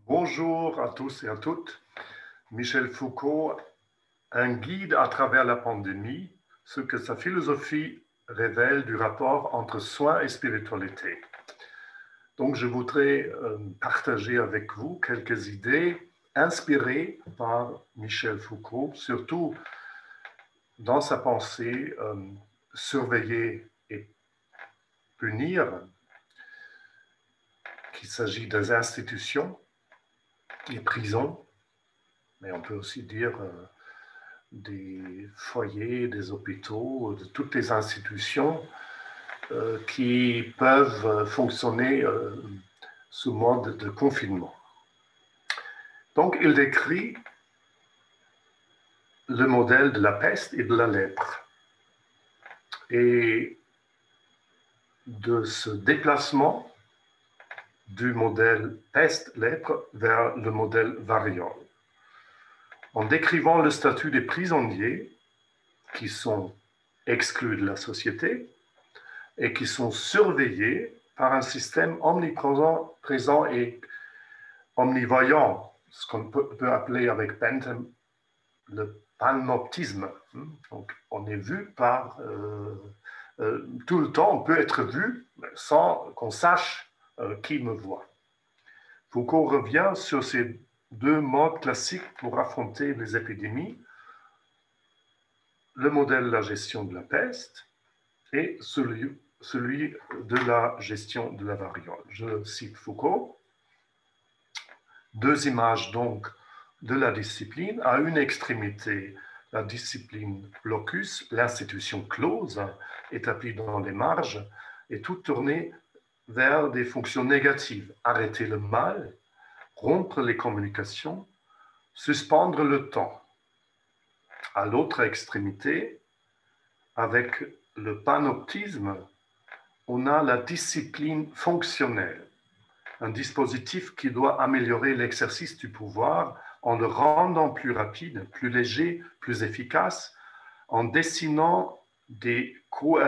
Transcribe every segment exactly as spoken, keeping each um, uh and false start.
Bonjour à tous et à toutes. Michel Foucault, un guide à travers la pandémie, ce que sa philosophie révèle du rapport entre soins et spiritualité. Donc, je voudrais euh, partager avec vous quelques idées inspirées par Michel Foucault, surtout dans sa pensée euh, surveiller et punir, qu'il s'agit des institutions, des prisons, mais on peut aussi dire euh, des foyers, des hôpitaux, de toutes les institutions euh, qui peuvent fonctionner euh, sous mode de confinement. Donc, il décrit le modèle de la peste et de la lèpre. Et de ce déplacement du modèle peste-lèpre vers le modèle variole. En décrivant le statut des prisonniers qui sont exclus de la société et qui sont surveillés par un système omniprésent présent et omnivoyant, ce qu'on peut, peut appeler avec Bentham le panoptisme. Donc, on est vu par euh, euh, tout le temps, on peut être vu sans qu'on sache euh, qui me voit. Foucault revient sur ces deux modes classiques pour affronter les épidémies, le modèle de la gestion de la peste et celui, celui de la gestion de la variole. Je cite Foucault. Deux images donc de la discipline. À une extrémité, la discipline locus, l'institution close, établie dans les marges, et tout tournée vers des fonctions négatives. Arrêter le mal, rompre les communications, suspendre le temps. À l'autre extrémité, avec le panoptisme, on a la discipline fonctionnelle, un dispositif qui doit améliorer l'exercice du pouvoir en le rendant plus rapide, plus léger, plus efficace, en dessinant des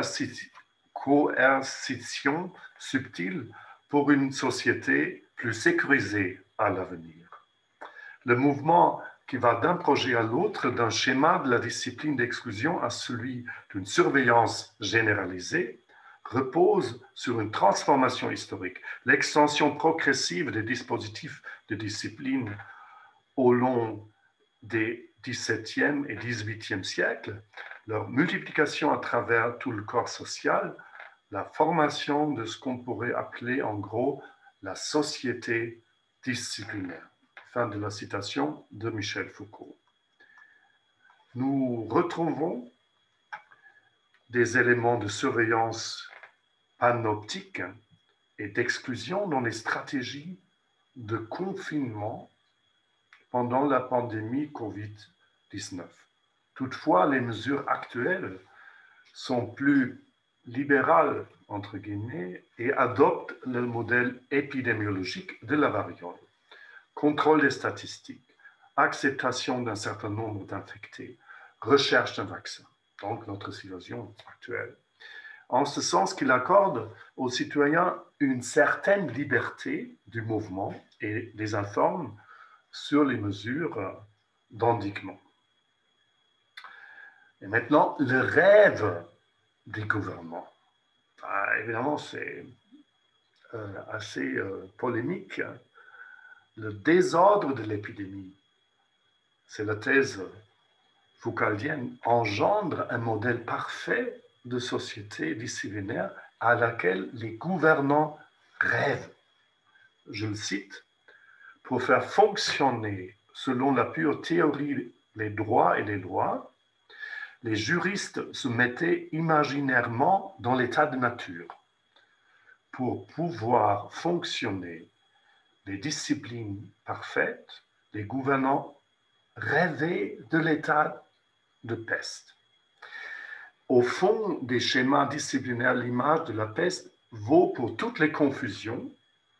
coercitions subtiles pour une société plus sécurisée à l'avenir. Le mouvement qui va d'un projet à l'autre, d'un schéma de la discipline d'exclusion à celui d'une surveillance généralisée, repose sur une transformation historique. L'extension progressive des dispositifs de discipline au long des dix-septième et dix-huitième siècles, leur multiplication à travers tout le corps social, la formation de ce qu'on pourrait appeler en gros la société disciplinaire. Fin de la citation de Michel Foucault. Nous retrouvons des éléments de surveillance panoptique et d'exclusion dans les stratégies de confinement pendant la pandémie covid dix-neuf. Toutefois, les mesures actuelles sont plus libérales, entre guillemets, et adoptent le modèle épidémiologique de la variole. Contrôle des statistiques, acceptation d'un certain nombre d'infectés, recherche d'un vaccin. Donc, notre situation actuelle. En ce sens qu'il accorde aux citoyens une certaine liberté du mouvement et les informe sur les mesures d'endiguement. Et maintenant, le rêve des gouvernements. Ah, évidemment, c'est euh, assez euh, polémique. Le désordre de l'épidémie, c'est la thèse foucaldienne, engendre un modèle parfait de société disciplinaire à laquelle les gouvernants rêvent. Je le cite, pour faire fonctionner selon la pure théorie les droits et les lois, les juristes se mettaient imaginairement dans l'état de nature. Pour pouvoir fonctionner les disciplines parfaites, les gouvernants rêvaient de l'état de peste. Au fond des schémas disciplinaires, l'image de la peste vaut pour toutes les confusions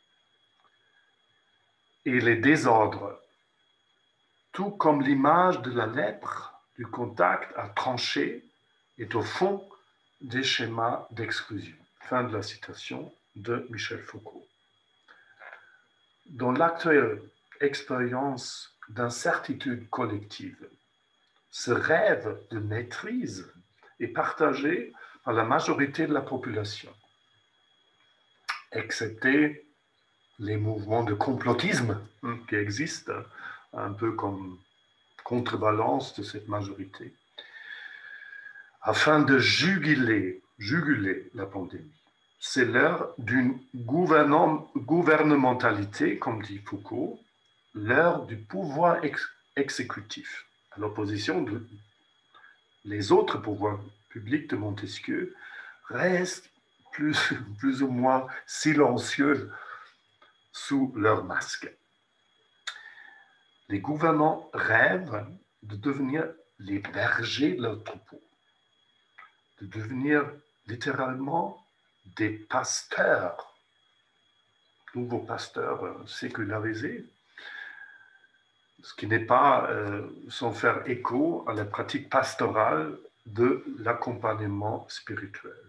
et les désordres, tout comme l'image de la lèpre, du contact à trancher, est au fond des schémas d'exclusion. Fin de la citation de Michel Foucault. Dans l'actuelle expérience d'incertitude collective. Ce rêve de maîtrise est partagé par la majorité de la population, excepté les mouvements de complotisme qui existent, un peu comme contrebalance de cette majorité, afin de juguler, juguler la pandémie. C'est l'heure d'une gouvernementalité, comme dit Foucault, l'heure du pouvoir ex exécutif, à l'opposition de les autres pouvoirs publics de Montesquieu restent plus, plus ou moins silencieux sous leur masque. Les gouvernants rêvent de devenir les bergers de leur troupeau, de devenir littéralement des pasteurs, nouveaux pasteurs sécularisés, ce qui n'est pas euh, sans faire écho à la pratique pastorale de l'accompagnement spirituel.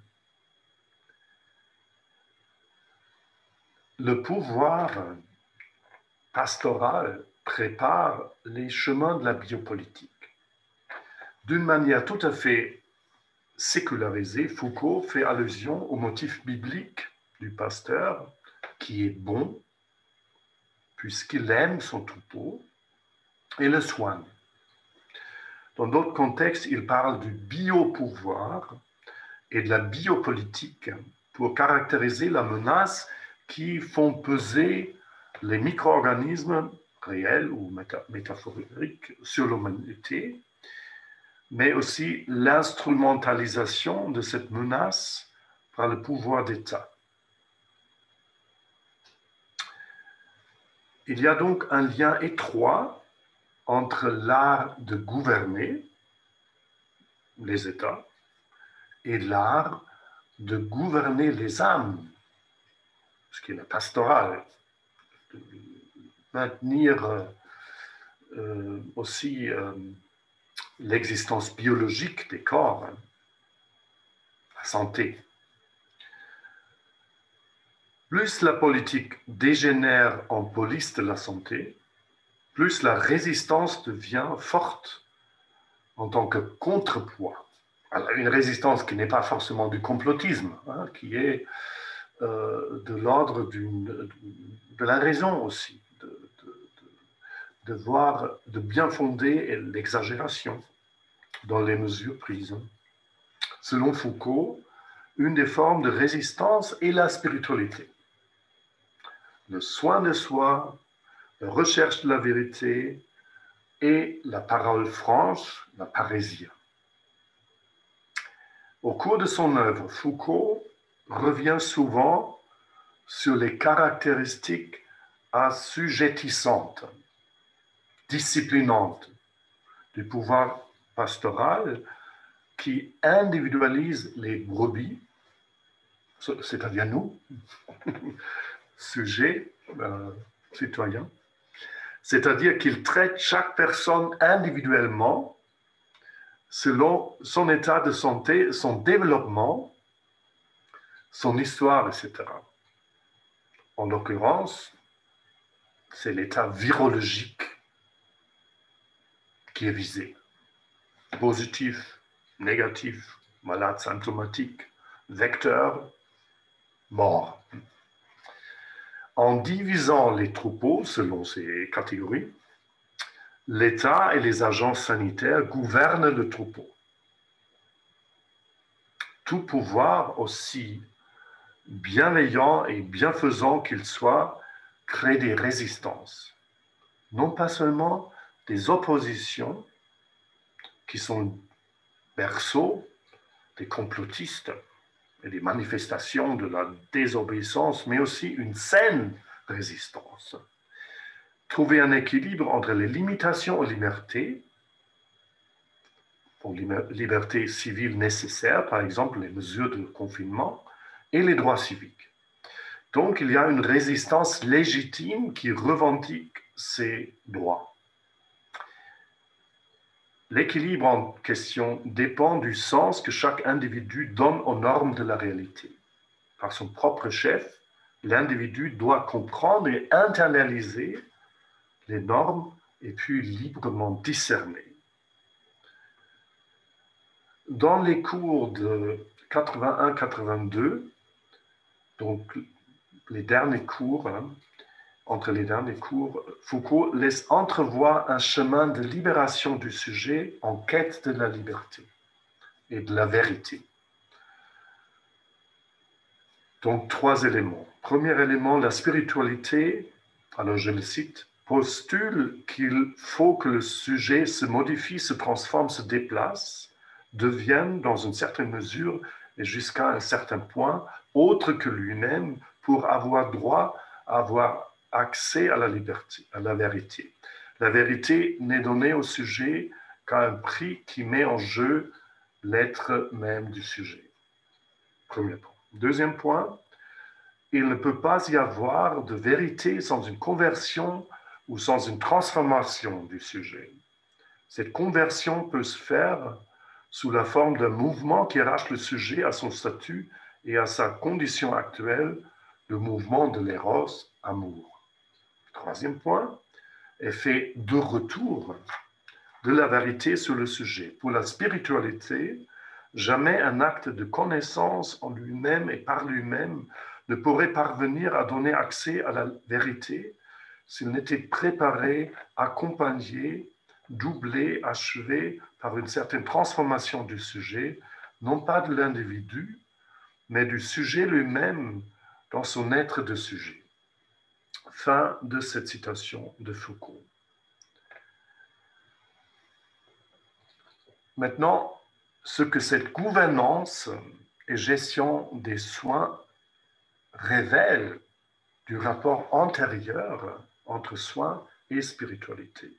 Le pouvoir pastoral prépare les chemins de la biopolitique. D'une manière tout à fait sécularisée, Foucault fait allusion au motif biblique du pasteur qui est bon puisqu'il aime son troupeau et le soigne. Dans d'autres contextes, il parle du biopouvoir et de la biopolitique pour caractériser la menace qui font peser les micro-organismes réels ou métaphoriques sur l'humanité, mais aussi l'instrumentalisation de cette menace par le pouvoir d'État. Il y a donc un lien étroit entre l'art de gouverner les États et l'art de gouverner les âmes, ce qui est la pastorale, de maintenir euh, aussi euh, l'existence biologique des corps, hein, la santé. Plus la politique dégénère en police de la santé, plus la résistance devient forte en tant que contrepoids. Alors, une résistance qui n'est pas forcément du complotisme, hein, qui est euh, de l'ordre de la raison aussi, de, de, de, de voir, de bien fonder l'exagération dans les mesures prises. Selon Foucault, une des formes de résistance est la spiritualité. Le soin de soi, la recherche de la vérité et la parole franche, la parésia. Au cours de son œuvre, Foucault revient souvent sur les caractéristiques assujettissantes, disciplinantes du pouvoir pastoral qui individualise les brebis, c'est-à-dire nous, sujets, euh, citoyens, c'est-à-dire qu'il traite chaque personne individuellement selon son état de santé, son développement, son histoire, et cetera. En l'occurrence, c'est l'état virologique qui est visé. Positif, négatif, malade symptomatique, vecteur, mort. En divisant les troupeaux selon ces catégories, l'État et les agences sanitaires gouvernent le troupeau. Tout pouvoir, aussi bienveillant et bienfaisant qu'il soit, crée des résistances. Non pas seulement des oppositions qui sont berceaux des complotistes et des manifestations de la désobéissance, mais aussi une saine résistance. Trouver un équilibre entre les limitations aux libertés, aux libertés civiles nécessaires, par exemple les mesures de confinement, et les droits civiques. Donc il y a une résistance légitime qui revendique ces droits. L'équilibre en question dépend du sens que chaque individu donne aux normes de la réalité. Par son propre chef, l'individu doit comprendre et internaliser les normes et puis librement discerner. Dans les cours de quatre-vingt-un quatre-vingt-deux, donc les derniers cours, hein, entre les derniers cours, Foucault laisse entrevoir un chemin de libération du sujet en quête de la liberté et de la vérité. Donc, trois éléments. Premier élément, la spiritualité, alors je le cite, postule qu'il faut que le sujet se modifie, se transforme, se déplace, devienne dans une certaine mesure et jusqu'à un certain point autre que lui-même pour avoir droit à avoir accès à la liberté, à la vérité. La vérité n'est donnée au sujet qu'à un prix qui met en jeu l'être même du sujet. Premier point. Deuxième point, il ne peut pas y avoir de vérité sans une conversion ou sans une transformation du sujet. Cette conversion peut se faire sous la forme d'un mouvement qui arrache le sujet à son statut et à sa condition actuelle, le mouvement de l'éros, amour. Troisième point, effet de retour de la vérité sur le sujet. Pour la spiritualité, jamais un acte de connaissance en lui-même et par lui-même ne pourrait parvenir à donner accès à la vérité s'il n'était préparé, accompagné, doublé, achevé par une certaine transformation du sujet, non pas de l'individu, mais du sujet lui-même dans son être de sujet. Fin de cette citation de Foucault. Maintenant, ce que cette gouvernance et gestion des soins révèle du rapport antérieur entre soins et spiritualité.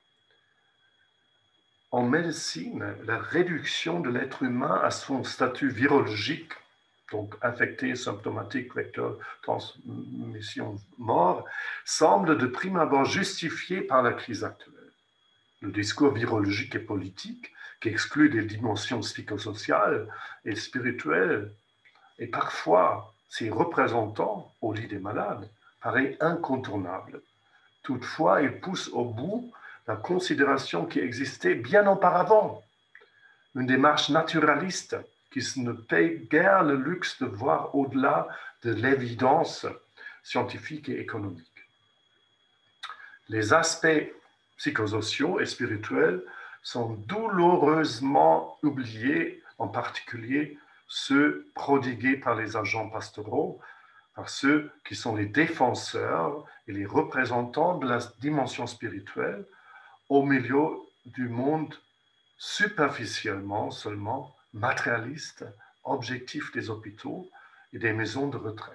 En médecine, la réduction de l'être humain à son statut virologique, donc infecté, symptomatique, vecteur, transmission, mort, semble de prime abord justifiée par la crise actuelle. Le discours virologique et politique, qui exclut des dimensions psychosociales et spirituelles, et parfois ses représentants au lit des malades, paraît incontournable. Toutefois, il pousse au bout la considération qui existait bien auparavant, une démarche naturaliste qui ne paye guère le luxe de voir au-delà de l'évidence scientifique et économique. Les aspects psychosociaux et spirituels sont douloureusement oubliés, en particulier ceux prodigués par les agents pastoraux, par ceux qui sont les défenseurs et les représentants de la dimension spirituelle au milieu du monde superficiellement seulement matérialiste, objectif des hôpitaux et des maisons de retraite.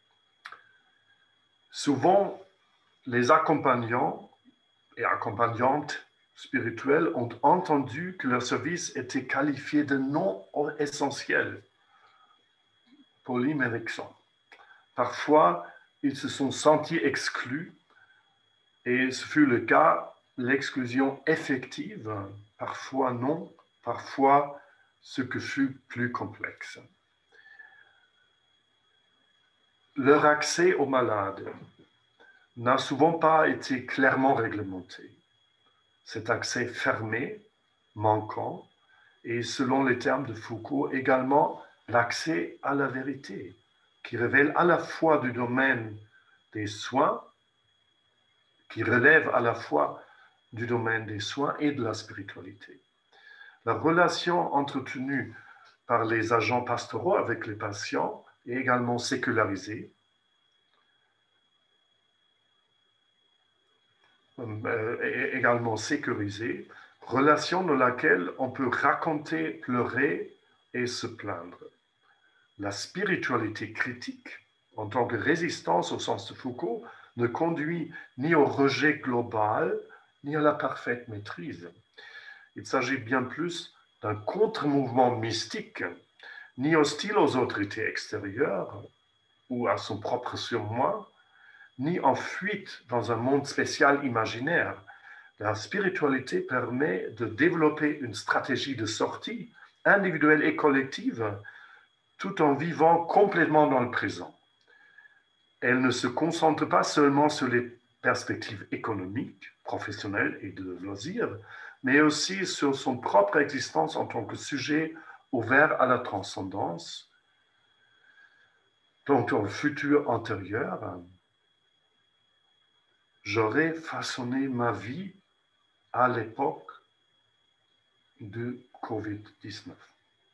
Souvent, les accompagnants et accompagnantes spirituelles ont entendu que leur service était qualifié de non essentiel, poli mais vexant. Parfois, ils se sont sentis exclus et ce fut le cas, l'exclusion effective, parfois non, parfois ce que fut plus complexe. Leur accès aux malades n'a souvent pas été clairement réglementé. Cet accès fermé, manquant, et selon les termes de Foucault, également l'accès à la vérité, qui révèle à la fois du domaine des soins, qui relève à la fois du domaine des soins et de la spiritualité. La relation entretenue par les agents pastoraux avec les patients est également sécularisée, est également sécurisée, relation dans laquelle on peut raconter, pleurer et se plaindre. La spiritualité critique, en tant que résistance au sens de Foucault, ne conduit ni au rejet global, ni à la parfaite maîtrise. Il s'agit bien plus d'un contre-mouvement mystique, ni hostile aux autorités extérieures ou à son propre surmoi, ni en fuite dans un monde spécial imaginaire. La spiritualité permet de développer une stratégie de sortie individuelle et collective tout en vivant complètement dans le présent. Elle ne se concentre pas seulement sur les perspective économique, professionnelle et de loisirs, mais aussi sur son propre existence en tant que sujet ouvert à la transcendance. Donc, au futur antérieur, j'aurais façonné ma vie à l'époque de covid dix-neuf.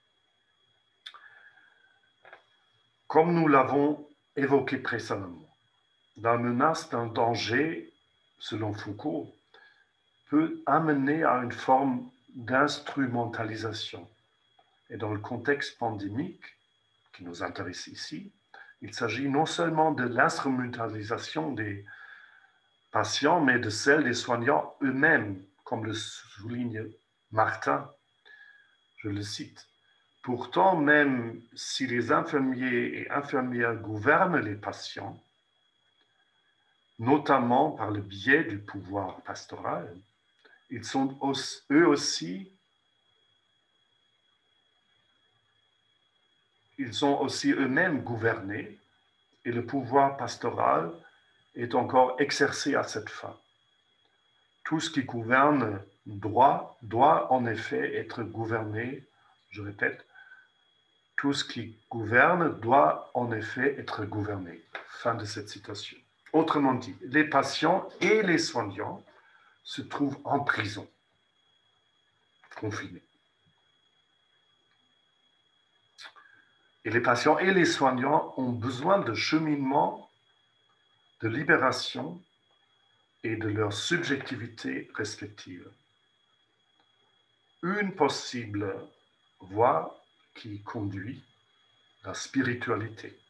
Comme nous l'avons évoqué précédemment, la menace d'un danger, selon Foucault, peut amener à une forme d'instrumentalisation. Et dans le contexte pandémique qui nous intéresse ici, il s'agit non seulement de l'instrumentalisation des patients, mais de celle des soignants eux-mêmes, comme le souligne Martin. Je le cite. Pourtant, même si les infirmiers et infirmières gouvernent les patients, notamment par le biais du pouvoir pastoral, ils sont eux aussi, ils sont aussi eux-mêmes gouvernés et le pouvoir pastoral est encore exercé à cette fin. Tout ce qui gouverne doit, doit en effet être gouverné, je répète, tout ce qui gouverne doit en effet être gouverné. Fin de cette citation. Autrement dit, les patients et les soignants se trouvent en prison, confinés. Et les patients et les soignants ont besoin de cheminement, de libération et de leur subjectivité respective. Une possible voie qui conduit la spiritualité.